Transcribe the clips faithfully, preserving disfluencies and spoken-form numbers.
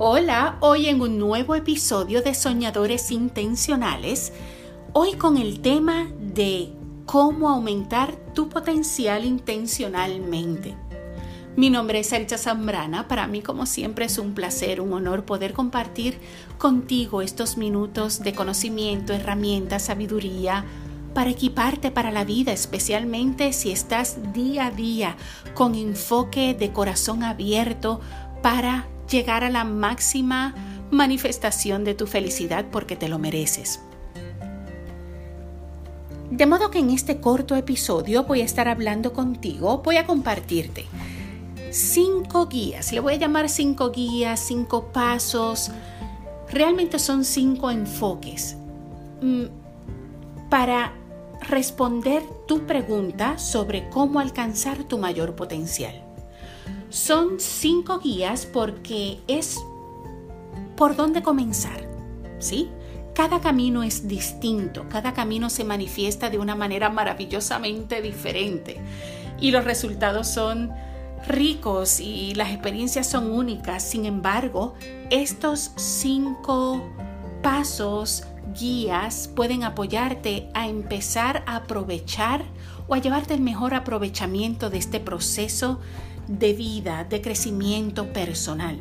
Hola, hoy en un nuevo episodio de Soñadores Intencionales, hoy con el tema de cómo aumentar tu potencial intencionalmente. Mi nombre es Saritza Zambrana. Para mí, como siempre, es un placer, un honor poder compartir contigo estos minutos de conocimiento, herramientas, sabiduría para equiparte para la vida, especialmente si estás día a día con enfoque de corazón abierto para llegar a la máxima manifestación de tu felicidad porque te lo mereces. De modo que en este corto episodio voy a estar hablando contigo, voy a compartirte cinco guías, le voy a llamar cinco guías, cinco pasos, realmente son cinco enfoques mmm, para responder tu pregunta sobre cómo alcanzar tu mayor potencial. Son cinco guías porque es por dónde comenzar, ¿sí? Cada camino es distinto, cada camino se manifiesta de una manera maravillosamente diferente y los resultados son ricos y las experiencias son únicas. Sin embargo, estos cinco pasos, guías, pueden apoyarte a empezar a aprovechar o a llevarte el mejor aprovechamiento de este proceso de vida, de crecimiento personal.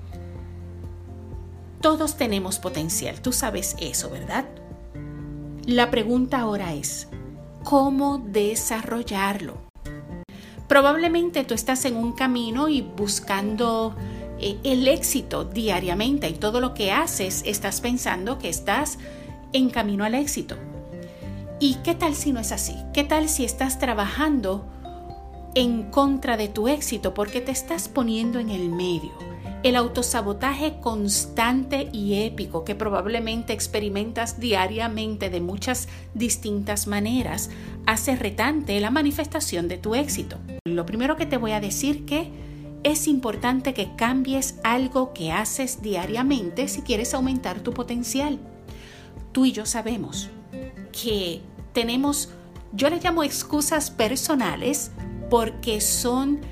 Todos tenemos potencial, tú sabes eso, ¿verdad? La pregunta ahora es, ¿cómo desarrollarlo? Probablemente tú estás en un camino y buscando eh, el éxito diariamente y todo lo que haces estás pensando que estás en camino al éxito. ¿Y qué tal si no es así? ¿Qué tal si estás trabajando en contra de tu éxito porque te estás poniendo en el medio? El autosabotaje constante y épico que probablemente experimentas diariamente de muchas distintas maneras hace retante la manifestación de tu éxito. Lo primero que te voy a decir que es importante que cambies algo que haces diariamente si quieres aumentar tu potencial. Tú y yo sabemos que tenemos, yo le llamo excusas personales, porque son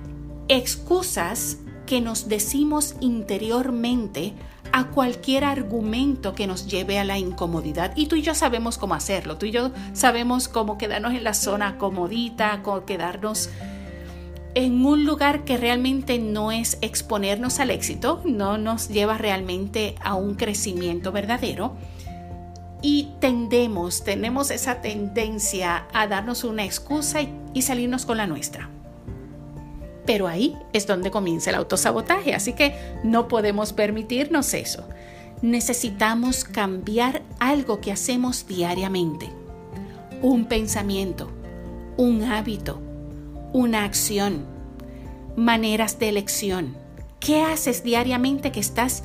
excusas que nos decimos interiormente a cualquier argumento que nos lleve a la incomodidad. Y tú y yo sabemos cómo hacerlo. Tú y yo sabemos cómo quedarnos en la zona comodita, cómo quedarnos en un lugar que realmente no es exponernos al éxito, no nos lleva realmente a un crecimiento verdadero. Y tendemos, tenemos esa tendencia a darnos una excusa y, y salirnos con la nuestra. Pero ahí es donde comienza el autosabotaje, así que no podemos permitirnos eso. Necesitamos cambiar algo que hacemos diariamente. Un pensamiento, un hábito, una acción, maneras de elección. ¿Qué haces diariamente que estás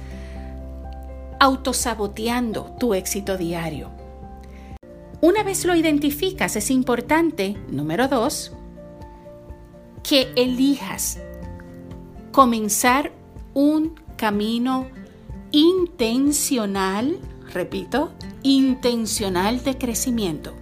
autosaboteando tu éxito diario? Una vez lo identificas, es importante, número dos, que elijas comenzar un camino intencional, repito, intencional de crecimiento.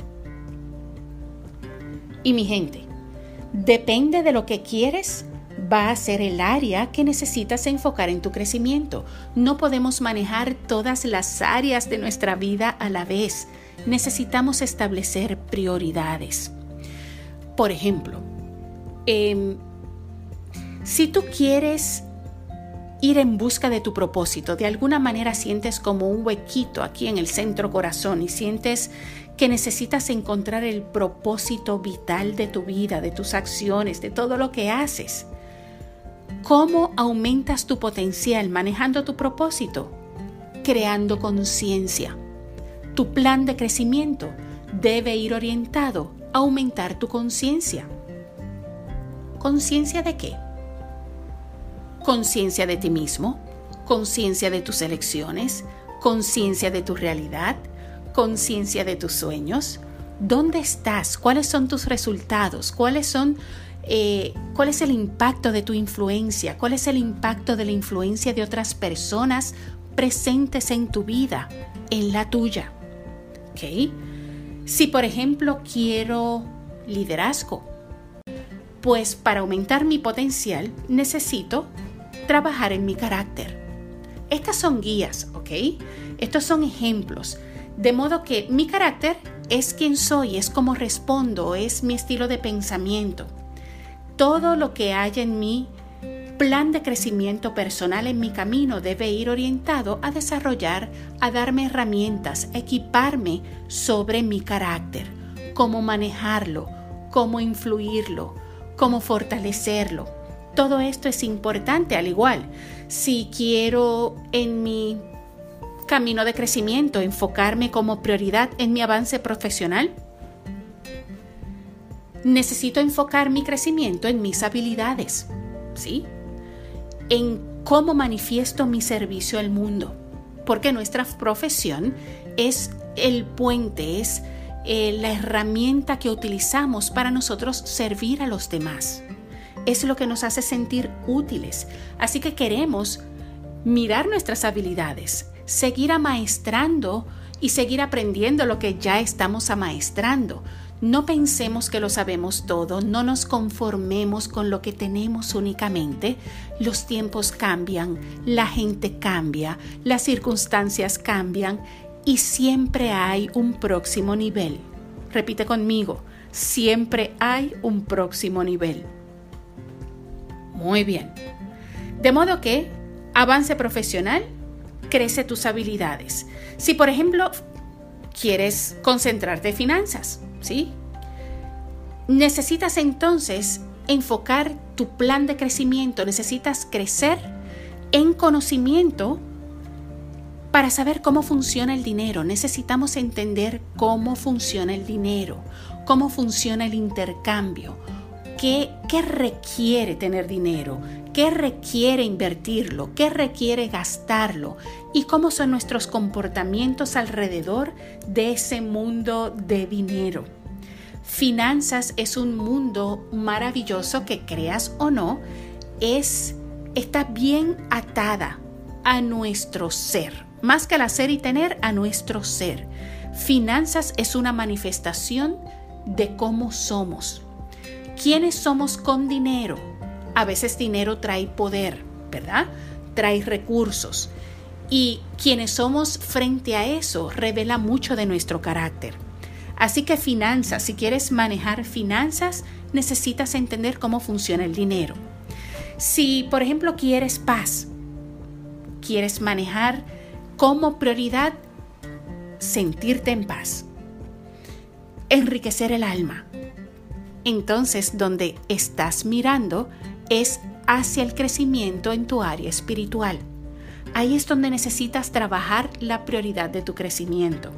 Y mi gente, depende de lo que quieres, va a ser el área que necesitas enfocar en tu crecimiento. No podemos manejar todas las áreas de nuestra vida a la vez. Necesitamos establecer prioridades. Por ejemplo, eh, si tú quieres ir en busca de tu propósito, de alguna manera sientes como un huequito aquí en el centro corazón y sientes que necesitas encontrar el propósito vital de tu vida, de tus acciones, de todo lo que haces. ¿Cómo aumentas tu potencial manejando tu propósito? Creando conciencia. Tu plan de crecimiento debe ir orientado a aumentar tu conciencia. ¿Conciencia de qué? Conciencia de ti mismo, conciencia de tus elecciones, conciencia de tu realidad, conciencia de tus sueños. ¿Dónde estás? ¿Cuáles son tus resultados? ¿Cuáles son Eh, ¿Cuál es el impacto de tu influencia? ¿Cuál es el impacto de la influencia de otras personas presentes en tu vida, en la tuya? ¿Okay? Si, por ejemplo, quiero liderazgo, pues para aumentar mi potencial necesito trabajar en mi carácter. Estas son guías, ¿ok? Estos son ejemplos. De modo que mi carácter es quien soy, es cómo respondo, es mi estilo de pensamiento. Todo lo que haya en mi plan de crecimiento personal en mi camino debe ir orientado a desarrollar, a darme herramientas, a equiparme sobre mi carácter, cómo manejarlo, cómo influirlo, cómo fortalecerlo. Todo esto es importante. Al igual, si quiero en mi camino de crecimiento enfocarme como prioridad en mi avance profesional, necesito enfocar mi crecimiento en mis habilidades, ¿sí? En cómo manifiesto mi servicio al mundo, porque nuestra profesión es el puente, es eh, la herramienta que utilizamos para nosotros servir a los demás. Es lo que nos hace sentir útiles. Así que queremos mirar nuestras habilidades, seguir amaestrando y seguir aprendiendo lo que ya estamos amaestrando. No pensemos que lo sabemos todo, no nos conformemos con lo que tenemos únicamente. Los tiempos cambian, la gente cambia, las circunstancias cambian y siempre hay un próximo nivel. Repite conmigo, siempre hay un próximo nivel. Muy bien. De modo que, avance profesional, crece tus habilidades. Si, por ejemplo, quieres concentrarte en finanzas, ¿sí? Necesitas entonces enfocar tu plan de crecimiento, necesitas crecer en conocimiento para saber cómo funciona el dinero. Necesitamos entender cómo funciona el dinero, cómo funciona el intercambio, qué, qué requiere tener dinero, qué requiere invertirlo, qué requiere gastarlo y cómo son nuestros comportamientos alrededor de ese mundo de dinero. Finanzas es un mundo maravilloso que, creas o no, es, está bien atada a nuestro ser, más que al hacer y tener, a nuestro ser. Finanzas es una manifestación de cómo somos. ¿Quiénes somos con dinero? A veces dinero trae poder, ¿verdad? Trae recursos. Y quienes somos frente a eso revela mucho de nuestro carácter. Así que finanzas, si quieres manejar finanzas, necesitas entender cómo funciona el dinero. Si, por ejemplo, quieres paz, quieres manejar como prioridad sentirte en paz, enriquecer el alma, entonces donde estás mirando es hacia el crecimiento en tu área espiritual. Ahí es donde necesitas trabajar la prioridad de tu crecimiento.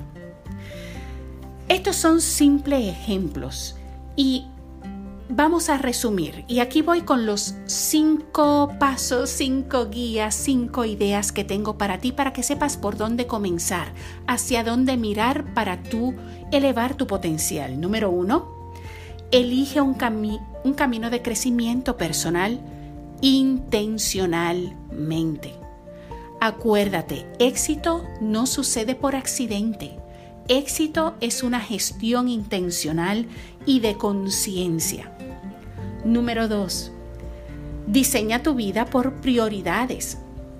Estos son simples ejemplos y vamos a resumir. Y aquí voy con los cinco pasos, cinco guías, cinco ideas que tengo para ti para que sepas por dónde comenzar, hacia dónde mirar para tú elevar tu potencial. Número uno, elige un, cami- un camino de crecimiento personal intencionalmente. Acuérdate, éxito no sucede por accidente. Éxito es una gestión intencional y de conciencia. Número dos, diseña tu vida por prioridades.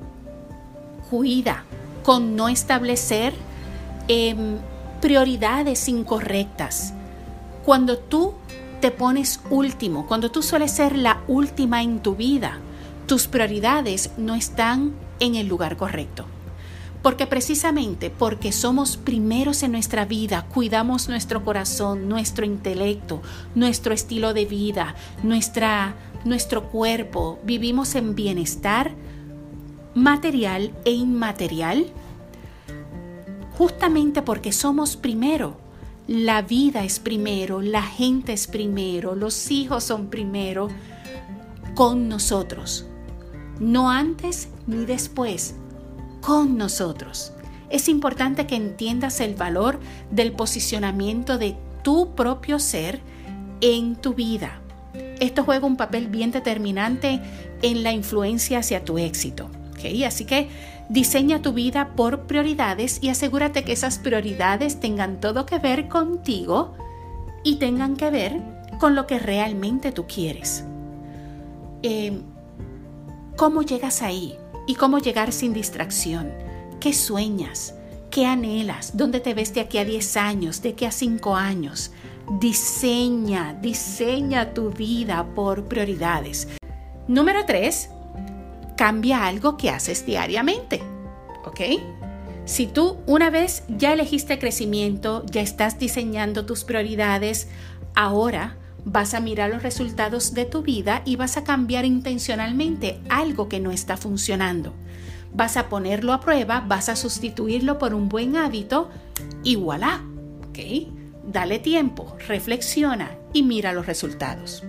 Cuida con no establecer eh, prioridades incorrectas. Cuando tú te pones último, cuando tú sueles ser la última en tu vida, tus prioridades no están en el lugar correcto. Porque precisamente porque somos primeros en nuestra vida, cuidamos nuestro corazón, nuestro intelecto, nuestro estilo de vida, nuestra, nuestro cuerpo, vivimos en bienestar material e inmaterial, justamente porque somos primero. La vida es primero, la gente es primero, los hijos son primero con nosotros, no antes ni después. Con nosotros. Es importante que entiendas el valor del posicionamiento de tu propio ser en tu vida. Esto juega un papel bien determinante en la influencia hacia tu éxito. ¿Okay? Así que diseña tu vida por prioridades y asegúrate que esas prioridades tengan todo que ver contigo y tengan que ver con lo que realmente tú quieres. Eh, ¿Cómo llegas ahí? y cómo llegar sin distracción. ¿Qué sueñas? ¿Qué anhelas? ¿Dónde te ves de aquí a diez años? ¿De aquí a cinco años? Diseña, diseña tu vida por prioridades. Número tres, cambia algo que haces diariamente. ¿Ok? Si tú una vez ya elegiste crecimiento, ya estás diseñando tus prioridades, ahora vas a mirar los resultados de tu vida y vas a cambiar intencionalmente algo que no está funcionando. Vas a ponerlo a prueba, vas a sustituirlo por un buen hábito y voilà. ¿Ok? Dale tiempo, reflexiona y mira los resultados.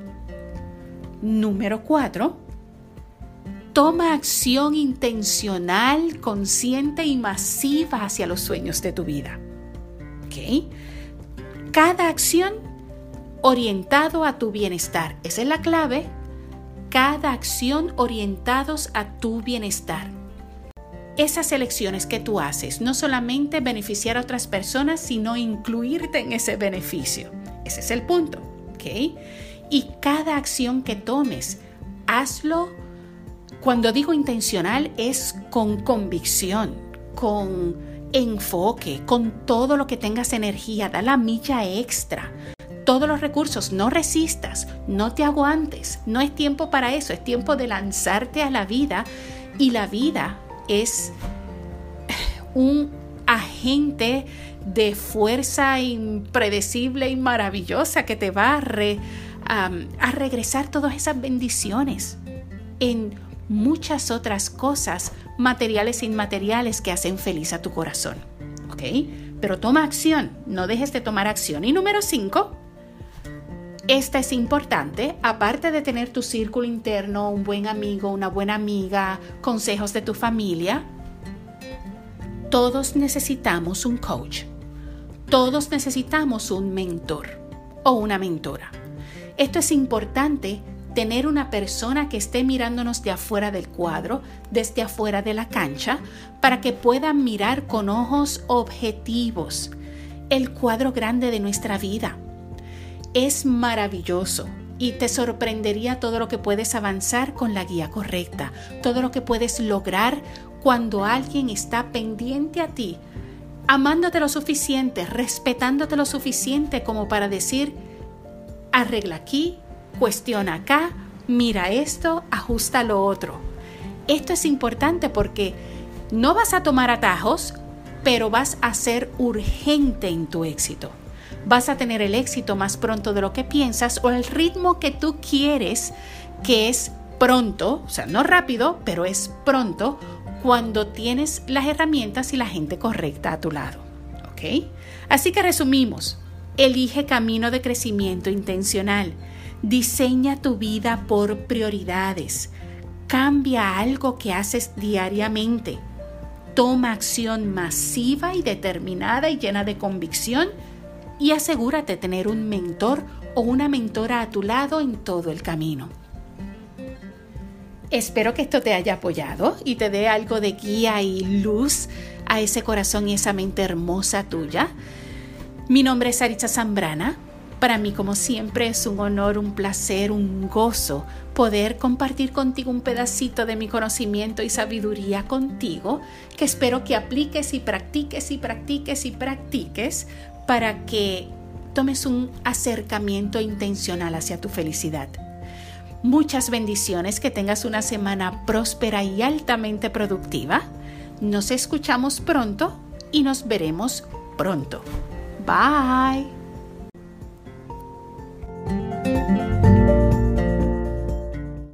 Número cuatro. Toma acción intencional, consciente y masiva hacia los sueños de tu vida. ¿Ok? Cada acción orientado a tu bienestar. Esa es la clave. Cada acción orientados a tu bienestar. Esas elecciones que tú haces, no solamente beneficiar a otras personas, sino incluirte en ese beneficio. Ese es el punto, ¿ok? Y cada acción que tomes, hazlo, cuando digo intencional, es con convicción, con enfoque, con todo lo que tengas energía, da la milla extra. Todos los recursos, no resistas, no te aguantes, no es tiempo para eso, es tiempo de lanzarte a la vida y la vida es un agente de fuerza impredecible y maravillosa que te va a, re, um, a regresar todas esas bendiciones en muchas otras cosas materiales e inmateriales que hacen feliz a tu corazón. ¿Ok? Pero toma acción, no dejes de tomar acción. Y número cinco, esta es importante, aparte de tener tu círculo interno, un buen amigo, una buena amiga, consejos de tu familia, todos necesitamos un coach, todos necesitamos un mentor o una mentora. Esto es importante, tener una persona que esté mirándonos de afuera del cuadro, desde afuera de la cancha, para que puedan mirar con ojos objetivos el cuadro grande de nuestra vida. Es maravilloso y te sorprendería todo lo que puedes avanzar con la guía correcta, todo lo que puedes lograr cuando alguien está pendiente a ti, amándote lo suficiente, respetándote lo suficiente como para decir, arregla aquí, cuestiona acá, mira esto, ajusta lo otro. Esto es importante porque no vas a tomar atajos, pero vas a ser urgente en tu éxito. Vas a tener el éxito más pronto de lo que piensas o el ritmo que tú quieres, que es pronto, o sea, no rápido, pero es pronto cuando tienes las herramientas y la gente correcta a tu lado. ¿Ok? Así que resumimos, elige camino de crecimiento intencional, diseña tu vida por prioridades, cambia algo que haces diariamente, toma acción masiva y determinada y llena de convicción, y asegúrate de tener un mentor o una mentora a tu lado en todo el camino. Espero que esto te haya apoyado y te dé algo de guía y luz a ese corazón y esa mente hermosa tuya. Mi nombre es Saritza Zambrana. Para mí, como siempre, es un honor, un placer, un gozo poder compartir contigo un pedacito de mi conocimiento y sabiduría contigo, que espero que apliques y practiques y practiques y practiques para que tomes un acercamiento intencional hacia tu felicidad. Muchas bendiciones, que tengas una semana próspera y altamente productiva. Nos escuchamos pronto y nos veremos pronto. Bye.